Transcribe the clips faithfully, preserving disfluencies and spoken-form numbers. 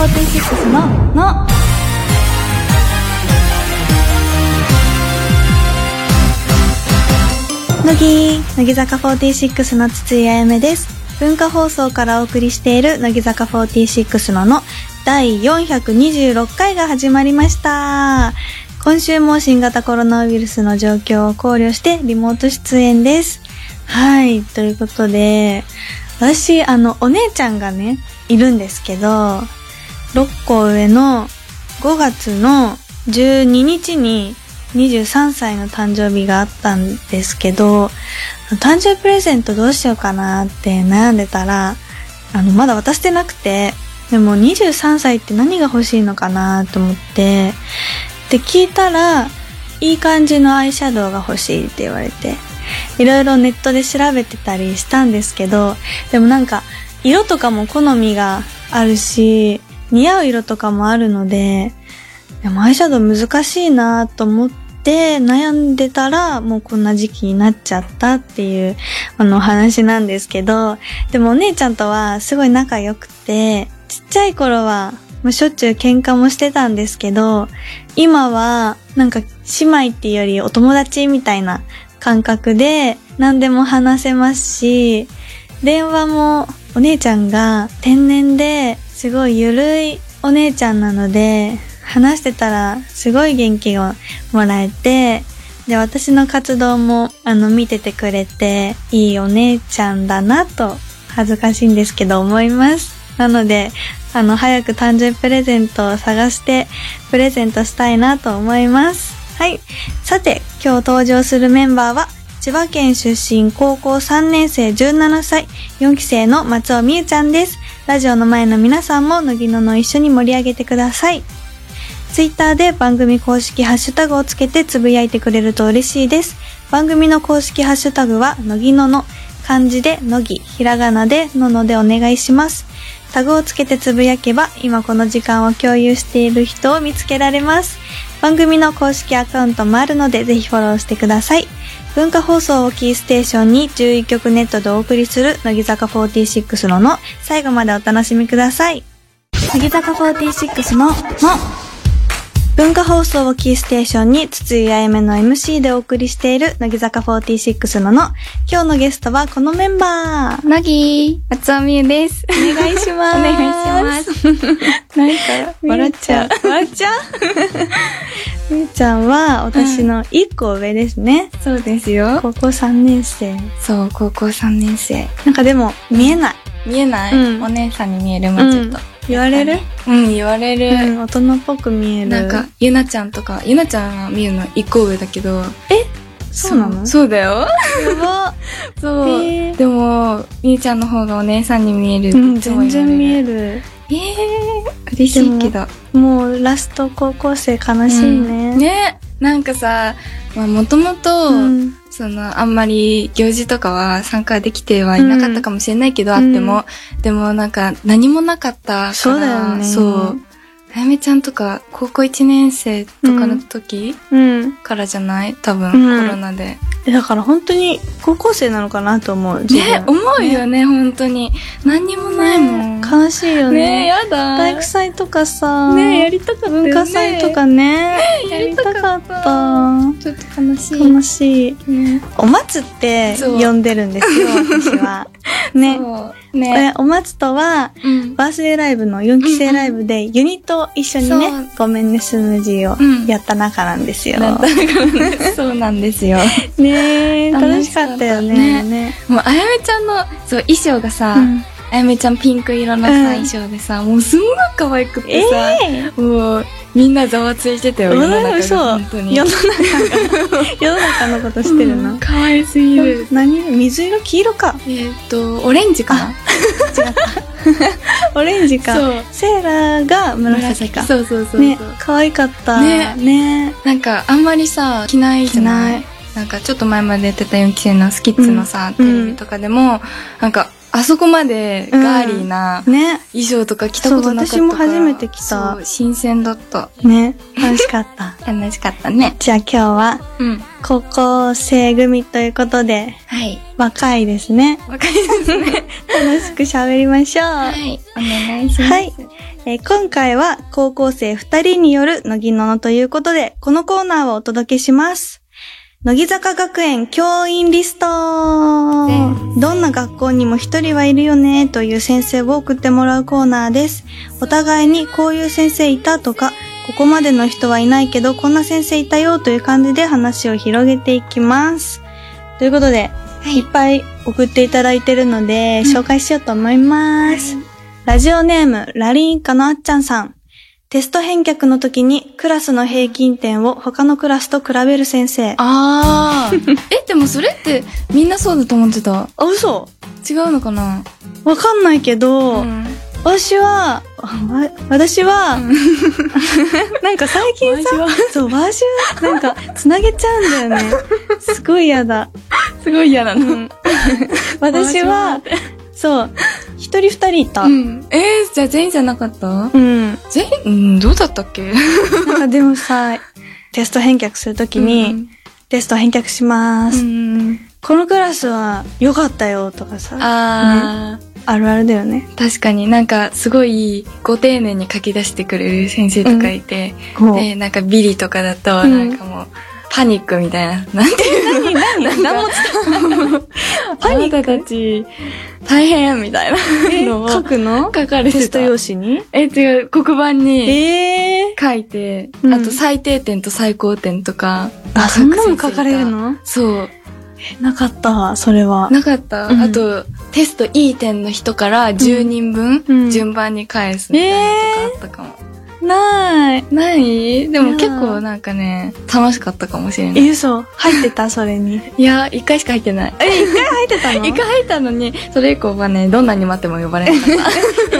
ーティーシックスのの乃木乃木坂フォーティーシックスの筒井あやめです。文化放送からお送りしている乃木坂フォーティーシックスののだいよんひゃくにじゅうろっかいが始まりました。今週も新型コロナウイルスの状況を考慮してリモート出演です。はい、ということで私あのお姉ちゃんがねいるんですけど、ろっこ上のごがつのじゅうににちににじゅうさんさいの誕生日があったんですけど、誕生日プレゼントどうしようかなって悩んでたら、あのまだ渡してなくて、でもにじゅうさんさいって何が欲しいのかなと思ってで聞いたら、いい感じのアイシャドウが欲しいって言われて、いろいろネットで調べてたりしたんですけど、でもなんか色とかも好みがあるし似合う色とかもあるので、でもアイシャドウ難しいなと思って悩んでたら、もうこんな時期になっちゃったっていうあの話なんですけど、でもお姉ちゃんとはすごい仲良くて、ちっちゃい頃はもうしょっちゅう喧嘩もしてたんですけど、今はなんか姉妹っていうよりお友達みたいな感覚で何でも話せますし、電話もお姉ちゃんが天然ですごいゆるいお姉ちゃんなので、話してたらすごい元気をもらえて、で私の活動もあの見ててくれて、いいお姉ちゃんだなと恥ずかしいんですけど思います。なのであの早く誕生日プレゼントを探してプレゼントしたいなと思います。はい、さて今日登場するメンバーは千葉県出身高校さんねんせいじゅうななさいよんきせいの松尾美優ちゃんです。ラジオの前の皆さんも乃木のの一緒に盛り上げてください。ツイッターで番組公式ハッシュタグをつけてつぶやいてくれると嬉しいです。番組の公式ハッシュタグは乃木のの、漢字で乃木、ひらがなでののでお願いします。タグをつけてつぶやけば今この時間を共有している人を見つけられます。番組の公式アカウントもあるのでぜひフォローしてください。文化放送をキーステーションにじゅういっきょくネットでお送りする乃木坂フォーティーシックスのの、最後までお楽しみください。乃木坂フォーティーシックスのの、文化放送をキーステーションに筒井あやめの エムシー でお送りしている乃木坂フォーティーシックスのの、今日のゲストはこのメンバー、 乃木松尾美優です。 お願いします。 お願いします。なんか笑っちゃう笑っちゃうみゆちゃんは私のいっこ上ですね、 うん、そうですよ。 高校さんねんせい。 そう、高校さんねんせい。 なんかでも見えない、 見えない、うん、お姉さんに見える。もうちょっと、うん、 言われる？ うん、言われる、 うん、大人っぽく見える。 なんかゆなちゃんとか、ゆなちゃんはみゆのいっこ上だけど。 え、そうなの？ そうだよ。 やば。 そう、えー、でもみゆちゃんの方がお姉さんに見えるっていつも言われる、うん、全然見える。えー、嬉しいけど、 もうラスト高校生悲しいね、 うん、ね。なんかさ、まあもともとそのあんまり行事とかは参加できてはいなかったかもしれないけど、うん、あっても、うん、でもなんか何もなかったから。 そうだよね。 そう、あやめちゃんとか高校いちねんせいとかの時、うん、からじゃない多分、うん、コロナで。 だから本当に高校生なのかなと思う。 ね、思うよね、本当に。何にもないもん。 ね、悲しいよね。 ね、やだ。 体育祭とかさ、 ね、やりたかったよね。 文化祭とかね、やりたかった。 ちょっと悲しい。 悲しい。ね、お松って呼んでるんですよ、私は。ね。ね、お松とは、うん、バースデーライブのよんきせいライブでユニット一緒にね、ごめんねスムージーをやった仲なんですよ。 うん、そうなんですよ。 ねえ、楽しかったよね。 ね、もうあやめちゃんのそう衣装がさ、うん、あやめちゃんピンク色のさ、うん、衣装でさ、もうすんごい可愛くてさ、えー、もうみんなざわついてたよ。世の中が本当に。 世の中が世の中のことしてるの。 うん、可愛すぎる。 何？水色？黄色か。 えっとオレンジかな。違った。 オレンジか。そう。セーラーが紫か。 そうそうそう。 ね、可愛かった。 ね。 ね。 なんかあんまりさ着ないじゃない。なんかちょっと前までやってたよんきせいのスキッツのさ、うん、テレビとかでもなんかあそこまでガーリーな衣装とか着たことなかったから、うんね、 私も初めて着た。 そう、新鮮だった。 ね、楽しかった。 楽しかったね。 じゃあ今日は、うん、高校生組ということで、 はい。 若いですね。 若いですね。 楽しく喋りましょう。 はい。お願いします。 はい。 えー、今回は高校生ふたりによる乃木ののということで、このコーナーをお届けします。乃木坂学園教員リスト、どんな学校にも一人はいるよねという先生を送ってもらうコーナーです。お互いにこういう先生いたとか、ここまでの人はいないけどこんな先生いたよという感じで話を広げていきます。ということで、はい、いっぱい送っていただいてるので、うん、紹介しようと思います。はい、ラジオネームラリン一家のあっちゃんさん。テスト返却の時にクラスの平均点を他のクラスと比べる先生。 あー。え、でもそれってみんなそうだと思ってた。 あ、嘘？ 違うのかな？ わかんないけど、うん、私は、私は、うん、なんか最近さ、そう、バージュなんかつなげちゃうんだよね。すごい嫌だ。 すごい嫌なの。うん、 私は、そう、一人二人いた。 うん、えー、じゃあ全員じゃなかった？ うん。 全員、うん、どうだったっけ？ なんかでもさ、テスト返却するときに、うん、テスト返却します、うん。このクラスは良かったよとかさ。 あー、 ね。あるあるだよね。 確かになんかすごいご丁寧に書き出してくれる先生とかいて、うん、で、なんかビリとかだと、なんかもう、うんパニックみたいな。なんていうの？何何何も伝わパニック？あなたたち、大変みたいなのを。 書くの？ 書かれてた。 テスト用紙に？ え、違う、黒板にえ書いて、えー、あと最低点と最高点とか。 うん、あ、そんなの書かれるの？ そう。 え、なかったわ、それは。 なかった。うん、あと、テストいい点の人からじゅうにんぶん、順番に返すみたいなのとかあったかも。えーない。 ないでも結構なんかね、楽しかったかもしれない。 え、嘘？入ってたそれに。 いや、一回しか入ってない。 え、一回入ってたの？ 一回入ったのに、それ以降はね、どんなに待っても呼ばれなかった。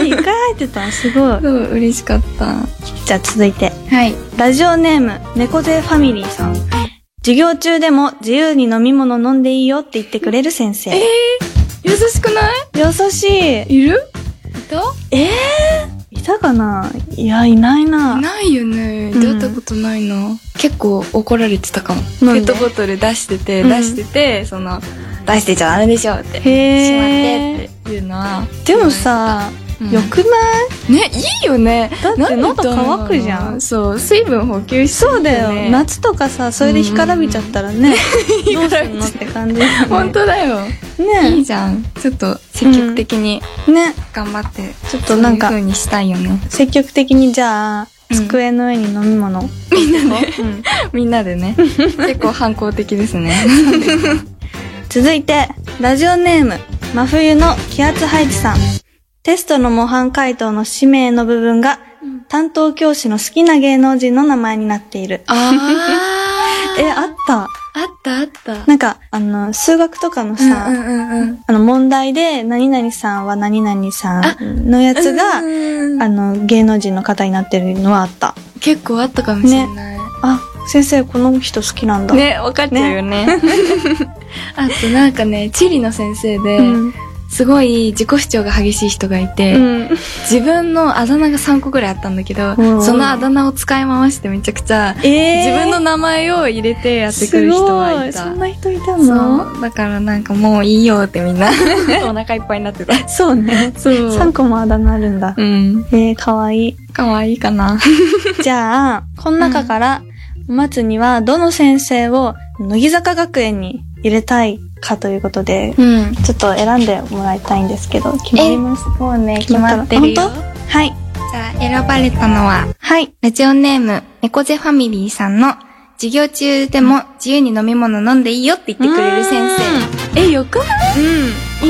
え、一回入ってた？すごい。 そう、嬉しかった。 じゃあ続いて。 はい。 ラジオネーム、猫背ファミリーさん。授業中でも自由に飲み物飲んでいいよって言ってくれる先生。 えー、優しくない？ 優しい。 いる？いた？ えーいたかな？いや、いないな。 いないよね。出会ったことないな。うん、結構怒られてたかも。ペットボトル出してて、出してて、うん、その、出してちゃダメでしょって。へー。しまってっていうのは。 でもさ、うん、よくない？ ね、いいよね。 だって喉乾くじゃん。 そう、水分補給して、ね。そうだよ。夏とかさ、それで干からびちゃったらね、うん、どうすんのって感じ、ね。 本当だよ。ねいいじゃん。ちょっと積極的に、うん、ね頑張って、ちょっとなんか、そういう風にしたいよね。 積極的にじゃあ、机の上に飲み物。うん、 みんなで、うん、みんなでね。結構反抗的ですね。 続いて、ラジオネーム、真冬の気圧配置さん。テストの模範解答の氏名の部分が、うん、担当教師の好きな芸能人の名前になっている。 あー。え、あった。 あったあった。 なんか、あの、数学とかのさ、うんうんうん、あの、問題で、何々さんは何々さんのやつが、うんうん、あの、芸能人の方になってるのはあった。 結構あったかもしれない。ね、 あ、先生、この人好きなんだ。 ね、分かっちゃうよね。ねあとなんかね、地理の先生で、うんすごい自己主張が激しい人がいて、うん、自分のあだ名がさんこぐらいあったんだけど、うん、そのあだ名を使い回してめちゃくちゃ、えー、自分の名前を入れてやってくる人はいた。 そんな人いたの？ そう。だからなんかもういいよってみんなお腹いっぱいになってた。 そうね。そう。さんこもあだ名あるんだ。うん。えー、かわいい。 かわいいかな。 じゃあ、この中から、お松にはどの先生を乃木坂学園に入れたいかということで、うん、ちょっと選んでもらいたいんですけど、決まります。 もうね、決まってるよ。 本当？はい。 じゃあ、選ばれたのは、 はい。 ラジオネーム、猫背ファミリーさんの、授業中でも自由に飲み物飲んでいいよって言ってくれる先生。 え、よくない？ うん。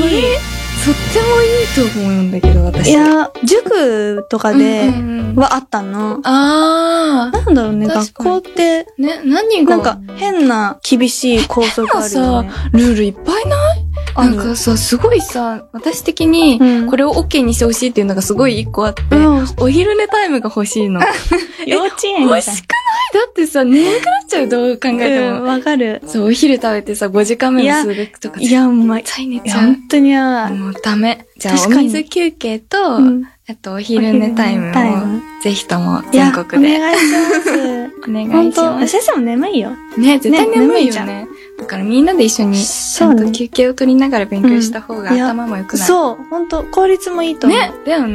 いい。とってもいいと思うんだけど、私。 いや、塾とかではあったの。うんうん、あー。なんだろうね、学校って。 ね、何がなんか変な厳しい校則あるよね。 さ、ルールいっぱいないなんかさ、すごいさ、私的に、これを OK にしてほしいっていうのがすごい一個あって、うん、お昼寝タイムが欲しいの。 幼稚園みたい。 欲しくないだってさ、眠くなっちゃう、どう考えても。 わ、うん、かる。 そう、お昼食べてさ、ごじかんめの数学とか。 いや、うまい。 絶対寝ちゃう。 本当にやもうダメ。じゃあ、お水休憩と、うん、あとお昼寝タイムを、ぜひとも全国で。 お願いします。 お願いします。 本当、先生も眠いよ。 ね、絶対眠いよね。だからみんなで一緒に、ちゃんと休憩を取りながら勉強した方が頭も良くなる。 そう、本当効率もいいと思う。 ね、だよね。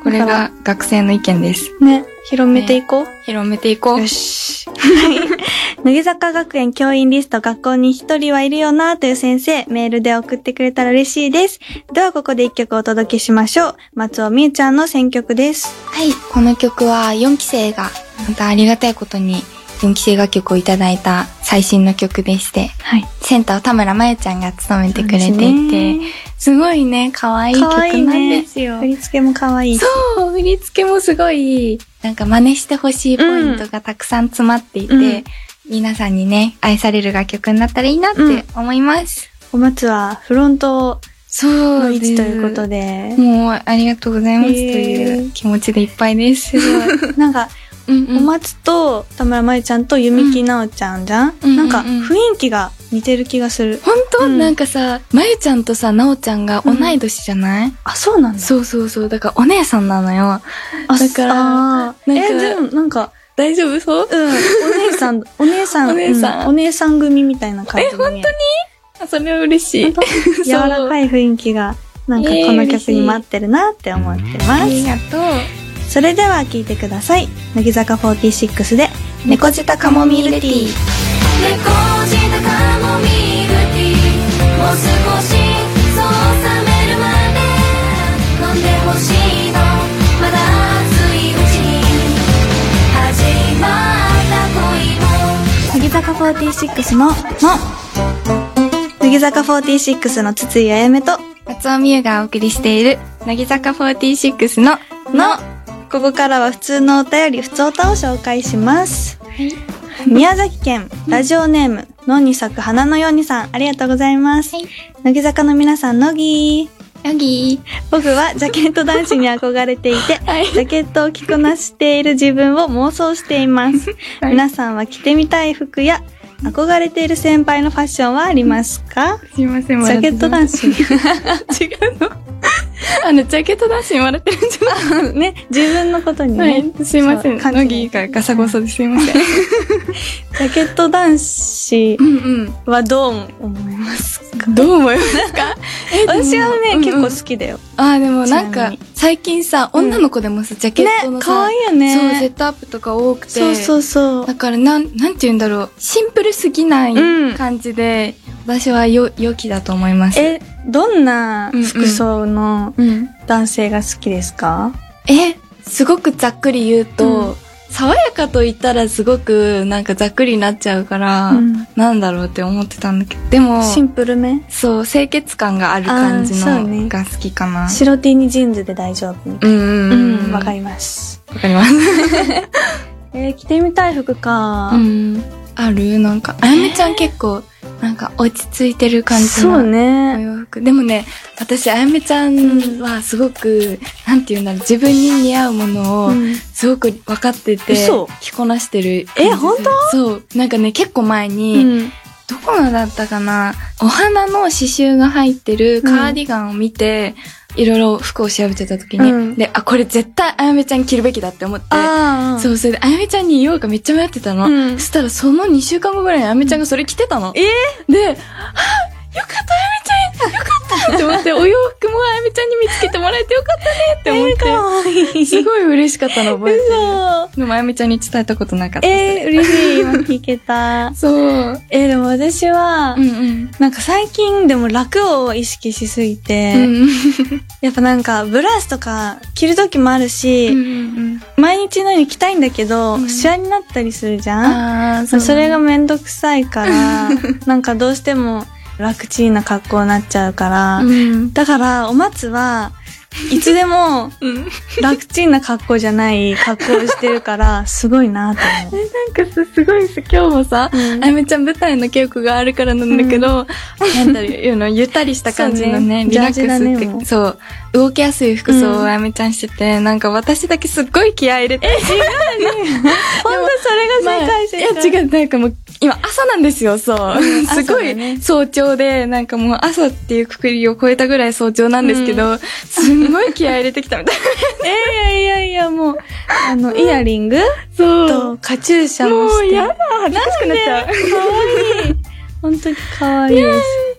これが学生の意見です。 ね。広めていこう。ね、 広めていこう。 よし。はい。乃木坂学園教員リスト学校に一人はいるよなという先生、メールで送ってくれたら嬉しいです。ではここで一曲お届けしましょう。松尾美優ちゃんの選曲です。 はい。この曲はよんき生が、またありがたいことによんき生楽曲をいただいた最新の曲でして、はい。センターを田村真由ちゃんが務めてくれていて、すごいね、可愛い曲なんですよ。 振り付けも可愛い。 そう、振り付けもすごい、なんか真似してほしいポイントがたくさん詰まっていて、うん、皆さんにね、愛される楽曲になったらいいなって思います。 うん、お松はフロントの位置ということで。 もうありがとうございますという気持ちでいっぱいです。 すごい。なんか、うんうん、お松と田村真由ちゃんと弓木奈緒ちゃんじゃん、うん、なんか雰囲気が似てる気がする。 本当、うん、なんかさ、真由ちゃんとさ、奈緒ちゃんが同い年じゃない、うん、 あ、そうなんだ。 そうそうそう。だからお姉さんなのよ。あ、だから、なんか、 え、でもなんか、 大丈夫そううん。お姉さん、お姉さん、お姉さん、うん、お姉さん組みたいな感じで。 え、本当にあ、それは嬉しい。 柔らかい雰囲気が、なんかこの曲に待ってるなって思ってます。 ありがとう。 それでは聴いてください。乃木坂フォーティーシックスで猫舌カモミールティー。猫舌カモミールティー、もう少しそう冷めるまで飲んでほしいの、まだ熱いうちに始まった恋も。乃木坂フォーティーシックスのの乃木坂フォーティーシックスの筒井あやめと松尾美優がお送りしている乃木坂フォーティーシックスののここからは普通のお便り、普通歌を紹介します。はい、宮崎県、ラジオネーム、野に咲く花のようにさん、ありがとうございます。はい、乃木坂の皆さん、乃木乃木僕はジャケット男子に憧れていて、はい、ジャケットを着こなしている自分を妄想しています。はい、皆さんは着てみたい服や、憧れている先輩のファッションはありますか？ すいません、 ジャケット男子。違うのあの、ジャケット男子に笑ってるんじゃないね、自分のことにね。 はい、すいません。乃木がガサゴソですいません。ジャケット男子はどう思いますか？ どう思いますか？ え私はね、うんうん、結構好きだよ。 ああ、でもなんか、最近さ、女の子でもさ、ジャケットのさ、 ね、可愛いよね。 そう、セットアップとか多くて。 そうそうそう。 だから、なん、なんて言うんだろう。シンプルすぎない感じで、うん、私はよ、良きだと思います。 え、どんな服装の男性が好きですか？ うんうん、え、すごくざっくり言うと、うん、爽やかと言ったらすごくなんかざっくりになっちゃうから、うん、なんだろうって思ってたんだけど、でも、 シンプルめ？ そう、清潔感がある感じのが好きかな。 ね、白 T にジーンズで大丈夫みたいな。うんうんうん。わ、うん、かります。 わかります。 えー、着てみたい服か。 うん。あるなんか、あやめちゃん結構、なんか落ち着いてる感じのお洋服。そうね。でもね、私、あやめちゃんはすごく、なんていうんだろう、自分に似合うものを、すごく分かってて、うん、着こなしてる。 え、本当？ そう。なんかね、結構前に、うん、どこのだったかな、お花の刺繍が入ってるカーディガンを見て、うん、いろいろ服を調べてた時に、うん、で、あ、これ絶対あやめちゃん着るべきだって思って、そう、それであやめちゃんに言おうかめっちゃ迷ってたの。うん、そしたらそのにしゅうかんごぐらいにあやめちゃんがそれ着てたの。 えー、 で、はぁ、よかったあやめちゃんよかったって思って、お洋服もあやめちゃんに見つけてもらえてよかったねって思って、えー、かわいいすごい嬉しかったの覚えてる。でもあやめちゃんに伝えたことなかった。 えー、嬉しい。今聞けた。 そう。 えー、でも私は、うんうん、なんか最近でも楽を意識しすぎて、うんうん、やっぱなんかブラウスとか着る時もあるし、うんうん、毎日のように着たいんだけど、うん、シワになったりするじゃん。あ、そうね、それがめんどくさいから、なんかどうしても楽ちんな格好になっちゃうから、うん、だからお松はいつでも楽ちんな格好じゃない格好をしてるからすごいなと思う。 え、なんかさ、すごいさ、今日もさ、うん、あやめちゃん舞台の稽古があるからなんだけど、うん、なんだろう、いうのゆったりした感じのね、ねリラックスって、ね、そう、動きやすい服装をあやめちゃんしてて、うん、なんか私だけすっごい気合い入れて。 え、違うね。ほんとそれが正解してる、 まあ。いや違う、なんかもう、今朝なんですよ、そう。うん、すごい早朝で、なんかもう朝っていうくくりを超えたぐらい早朝なんですけど、うん、すんごい気合い入れてきたみたいな。 えー、いやいやいや、もう、あの、イヤリングそう。と、カチューシャもして。 もうやだ、恥ずかしくなっちゃう。 かわいい。本当にかわいいです。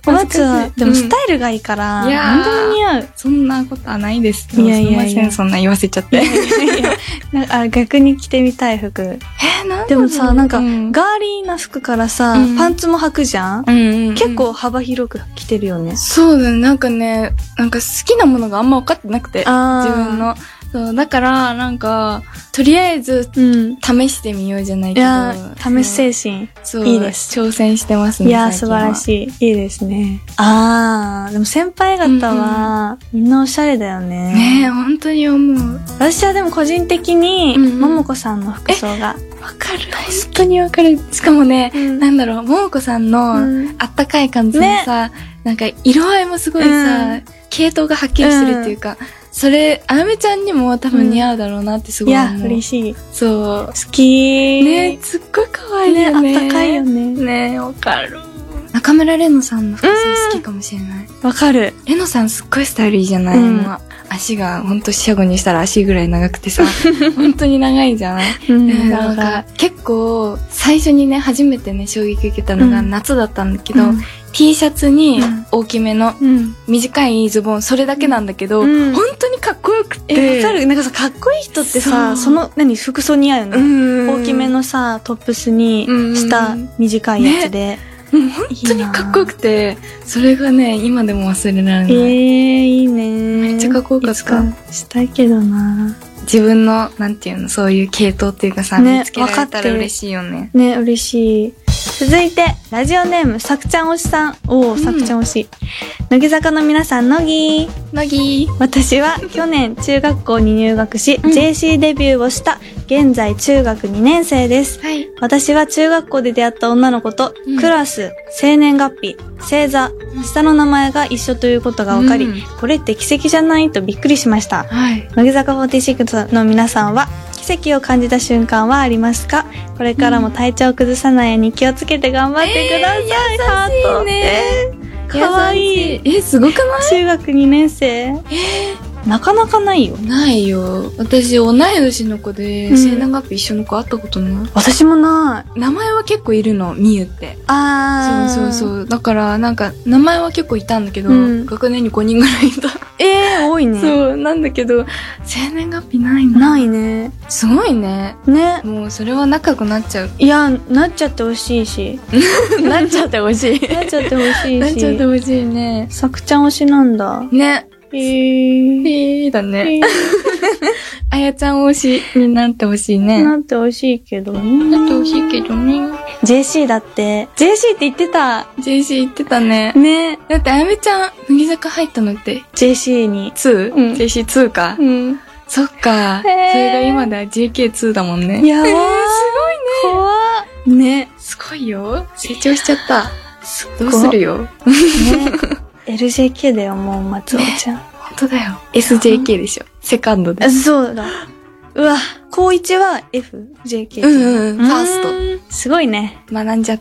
お松は、でもスタイルがいいから、何でも似合う。 そんなことはないですよ。いやいやいや。すいません、そんな言わせちゃって。いやいやいやなんか逆に着てみたい服。 えー、なんでもさ、なんか、ガーリーな服からさ、パンツも履くじゃん、結構幅広く着てるよね。 そうだね、なんかね、なんか好きなものがあんま分かってなくて、自分の。そう、だから、なんか、とりあえず、試してみようじゃないけど。いや、 試す精神。そう。いいです。 挑戦してますね。 いや、素晴らしい。いいですね。あー、でも先輩方は、みんなおしゃれだよね。 ねえ、本当に思う。 私はでも個人的に、ももこさんの服装が。 わかる。本当にわかる。しかもね、なんだろう、ももこさんの、あったかい感じのさ、なんか、色合いもすごいさ、系統がはっきりしてるっていうか、それ、あやめちゃんにも多分似合うだろうなってすごい思う。 いや、嬉しい。 そう。 好き。 ね、すっごい可愛いよね。 ね、あったかいよね。 ね、わかる。中村れのさんの服装好きかもしれない。 わかる。 れのさんすっごいスタイルいいじゃない、もう足がほんと四捨五入したら足ぐらい長くてさ、本当に長いじゃない、うん、なんか結構最初にね、初めてね、衝撃受けたのが夏だったんだけど、うん、T シャツに大きめの短いズボン、それだけなんだけど、うん、本当にかっこよくて。 え、わかる。なんかさ、かっこいい人ってさ、その、何、服装似合うよね。大きめのさ、トップスに、下短いやつで。ね、 もう本当にかっこよくて、それがね、今でも忘れられない。 ええー、いいね。 めっちゃかっこよかった。 したいけどな。 自分の、なんていうの、そういう系統っていうかさ、ね、見つけられたら嬉しいよね。 ね、嬉しい。続いて、ラジオネーム、さくちゃん推しさん。おー、さくちゃん推し。乃木坂の皆さん、乃木。 乃木。 私は去年中学校に入学し、うん、ジェーシー デビューをした、現在中学にねん生です。はい。私は中学校で出会った女の子と、うん、クラス、生年月日、星座、下の名前が一緒ということが分かり、うん、これって奇跡じゃないとびっくりしました。はい。乃木坂フォーティーシックスの皆さんは、奇跡を感じた瞬間はありますか？これからも体調を崩さないように気をつけて頑張ってください。えー、 ハート。ね。 かわいい。 え、すごくない？ 中学にねん生。えーなかなかないよ。 ないよ。私、同い年の子で、生年月日一緒の子会ったことない。うん、 私もない。 名前は結構いるの、みゆって。 あー。そうそうそう。だから、なんか、名前は結構いたんだけど、うん、学年にごにんぐらいいた。 えー、多いね。 そう、なんだけど、生年月日ないの。 ないね。 すごいね。 ね。 もう、それは仲良くなっちゃう。 いや、なっちゃってほしいし。 なっちゃってほしい。 なっちゃってほしいし。 なっちゃってほしいね。 さくちゃん推しなんだ。 ね。 へー。 へーだね。あやちゃん推しになってほしいね。 なってほしいけどね。 なってほしいけどね。 ジェーシー だって。ジェーシー って言ってた。 ジェーシー 言ってたね。 ね。 だってあやめちゃん、乃木坂入ったのってジェーシー に。 ツー? うん。ジェーシーツー か。 うん。 そっか。それが今では ジェーケーツー だもんね。 やばー。すごいね。 怖っ。ね。 すごいよ。成長しちゃった。どうするよ。ね。 エルジェーケー だよ、もう、松尾ちゃん。 ね、本当だよ。エスジェーケー でしょ。セカンドで。 そうだ。うわ、高一は エフジェーケー。 うんうん、ファースト。 すごいね。 学んじゃった。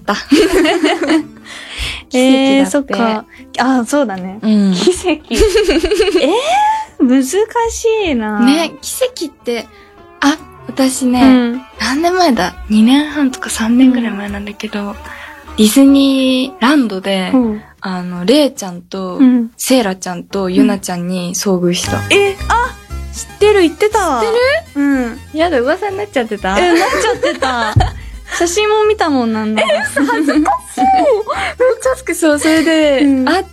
えー、そっか。あ、そうだね。 うん、 奇跡。えー、難しいな。 ね、奇跡って、あ、私ね、うん、何年前だ ?に 年半とかさんねんぐらい前なんだけど、うん、ディズニーランドで、うんあの、レイちゃんと、うん、セイラちゃんとユナちゃんに遭遇した。うん、 え、あ、知ってる、言ってたわ。 知ってる？ うん。 やだ、噂になっちゃってた？ え、なっちゃってた。写真も見たもんなんだ。 え、恥ずかしい。めっちゃ好きそう。それで、うん、会って、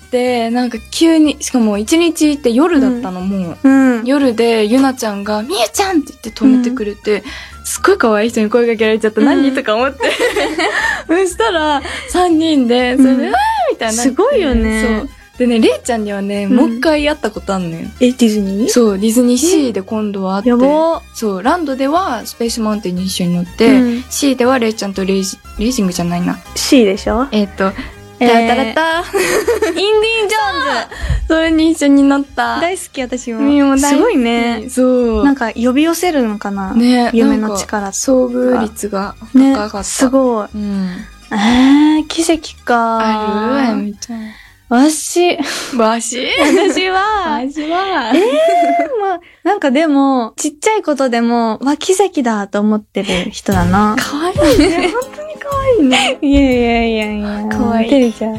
なんか急に、しかも一日って夜だったの、もう。うん、夜で、ユナちゃんが、みゆちゃんって言って止めてくれて、うん、すっごい可愛い人に声かけられちゃった。うん、何とか思って。そしたら、三人で、それで、うん、みたいな。 すごいよね。 そう。でね、レイちゃんにはね、うん、もう一回会ったことあんのよ。 え、ディズニー？ そう、ディズニーシーで今度は会って。 やば。 そう、ランドではスペースマウンテンに一緒に乗って、うん、シー ではレイちゃんとレイジ、レイジングじゃないな。 シー でしょ？ えっと、タラタラタ。 インディ・ジョーンズそれに一緒に乗った。 大好き、私も。 も大好き。 すごいね。 そう。 なんか呼び寄せるのかな？ ね。 夢の力。 遭遇率が高かった。 ね、すごい。 うん。 えー、奇跡か。 あるあやみちゃん。 わし。 わし私は。 私は。 ええー、まあ、なんかでも、ちっちゃいことでも、わ、奇跡だと思ってる人だな。 かわいいね。本当にかわいいね。 いやいやいやいや。 かわいい。 てるちゃん。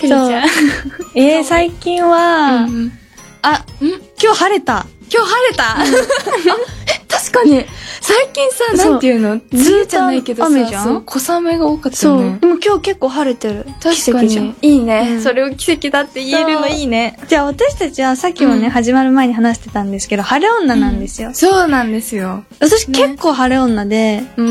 ってるじゃん。 えー、最近は、 うんうん、 あ、ん今日晴れた。 今日晴れた、うん、確かに最近さ、なんていうの、ずーじゃないけどさ、 雨じゃん、 そう小雨が多かったよね。 そう。でも今日結構晴れてる。 確かに。 奇跡じゃん。 いいね、 うん。 それを奇跡だって言えるのいいね。 じゃあ私たちはさっきもね、うん、始まる前に話してたんですけど、晴れ女なんですよ。 うん、そうなんですよ。 私、ね、結構晴れ女で、 うんうん、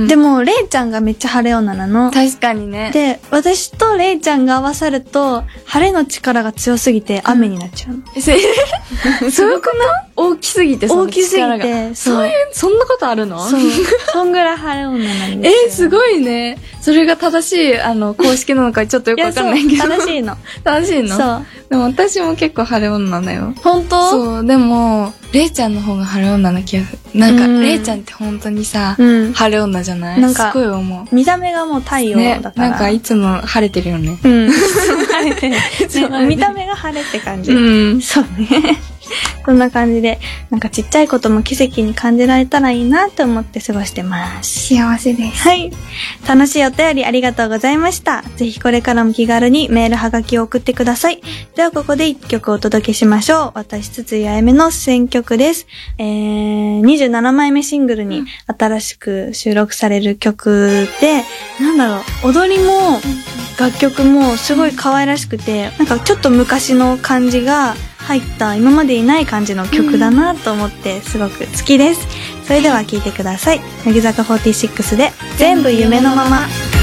でも、レイちゃんがめっちゃ晴れ女なの。 確かにね。 で、私とレイちゃんが合わさると、晴れの力が強すぎて雨になっちゃうの。 え、そういうこと大きすぎて、その力が。大きすぎて、 そういう、 そんなことあるの？ そう。そんぐらい晴れ女なんですよ。 えー、すごいね。それが正しい、あの、公式なのかちょっとよくわかんないけど。 正しいの。 正しいの？そう。でも私も結構晴れ女だよ。 本当？ そう、でも、レイちゃんの方が晴れ女な気がする。なんか、レイちゃんって本当にさ、うん、晴れ女じゃない？なんか、すごい思う。 見た目がもう太陽だから。 ね、なんかいつも晴れてるよね。 うん。晴れてる。ね、見た目が晴れって感じ。うん。そうね。そんな感じで、なんかちっちゃいことも奇跡に感じられたらいいなと思って過ごしてます。 幸せです。 はい。楽しいお便りありがとうございました。ぜひこれからも気軽にメールはがきを送ってください。ではここで一曲お届けしましょう。私、筒井あやめの選曲です。えー、にじゅうななまいめシングルに新しく収録される曲で、なんだろう、踊りも楽曲もすごい可愛らしくて、なんかちょっと昔の感じが、入った今までいない感じの曲だなと思ってすごく好きです。それでは聴いてください。乃木坂フォーティーシックスで全部夢のまま。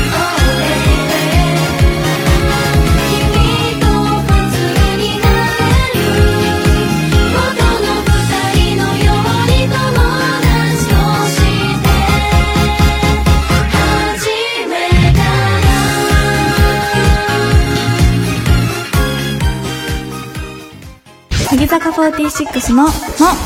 乃木坂フォーティーシックスのの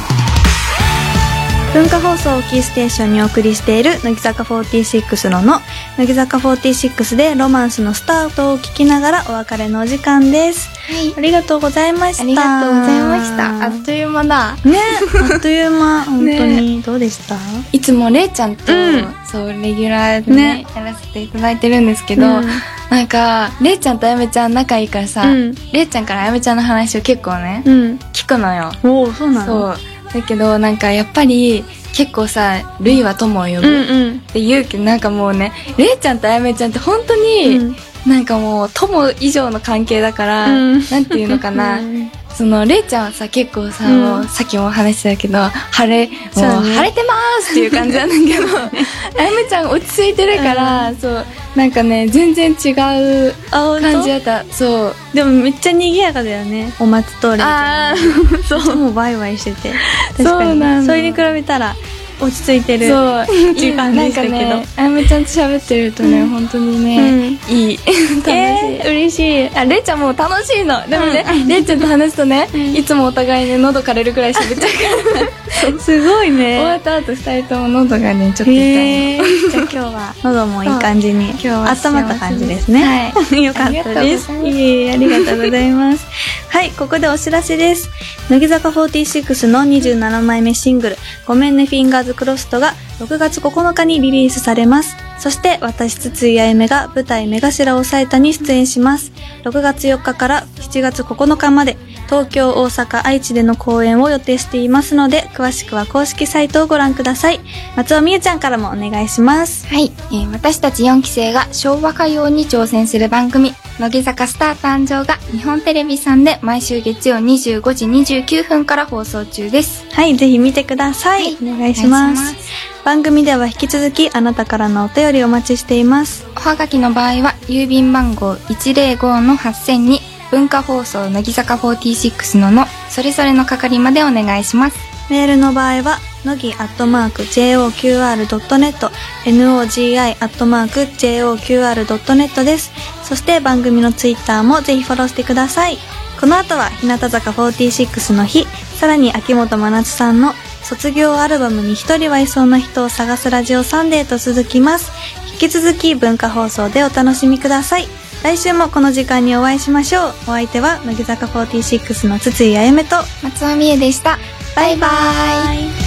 文化放送をキーステーションにお送りしている乃木坂フォーティーシックスのの乃木坂フォーティーシックスでロマンスのスタートを聞きながらお別れのお時間です。はい、ありがとうございました。 ありがとうございました。あっという間だね。あっという間本当に、ね、どうでした？ いつもれいちゃんと、うん、そうレギュラーで、ねね、やらせていただいてるんですけど、うん、なんかれいちゃんとあやめちゃん仲いいからさ、うん、れいちゃんからあやめちゃんの話を結構ね、うん、聞くのよ。 おお、そうなの？ そうだけどなんかやっぱり結構さ、ルイは友を呼ぶって言うけど、うんうん、なんかもうね、れいちゃんとあやめちゃんって本当に、うん、なんかもう友以上の関係だから、うん、なんていうのかな、うん、そのれいちゃんはさ結構さ、うん、もうさっきも話してたけど晴れもう、ね、晴れてますっていう感じなんだけどあやめちゃん落ち着いてるから、うん、そうなんかね全然違う感じだった。そうでもめっちゃ賑やかだよね、お松通り。ああそうもうワイワイしてて、確かに そ, それに比べたら落ち着いてるそういい感じでしたけど、ね、 あやめちゃんと喋ってるとね、うん、本当にね、うん、いい楽しい、 えー、嬉しい。 あれいちゃんも楽しいの。でもね、うん、れいちゃんと話すとね、うん、いつもお互いね喉枯れるくらい喋っちゃうからすごいね。 終わった後ふたりとも喉がねちょっと痛いの。 じゃあ今日は喉もいい感じに温まった感じですね。はい、よかったです。いえいえ、ありがとうございますはい、ここでお知らせです。乃木坂フォーティーシックスのにじゅうななまいめシングルごめんねフィンガーズクロストがろくがつここのかにリリースされます。そして私筒井あやめが舞台目頭を抑えたに出演します。ろくがつよっかからしちがつここのかまで東京、大阪、愛知での公演を予定していますので、詳しくは公式サイトをご覧ください。松尾美優ちゃんからもお願いします。 はい、えー、私たちよんき生が昭和歌謡に挑戦する番組乃木坂スター誕生が日本テレビさんで毎週月曜にじゅうごじにじゅうきゅうふんから放送中です。 はい、ぜひ見てください。はい、お願いします。番組では引き続きあなたからのお便りお待ちしています。 おはがきの場合は郵便番号 いちぜろごのはっせんに文化放送乃木坂フォーティーシックスののそれぞれの係までお願いします。 メールの場合はのぎアットマーク ジェイオーキューアールドットネット ノギアットマーク ジェイオーキューアールドットネット です。そして番組のツイッターもぜひフォローしてください。この後は日向坂フォーティーシックスの日、さらに秋元真夏さんの卒業アルバムに一人はいそうな人を探すラジオサンデーと続きます。引き続き文化放送でお楽しみください。来週もこの時間にお会いしましょう。お相手は乃木坂フォーティーシックスの筒井あやめと松尾美優でした。 バイバイ。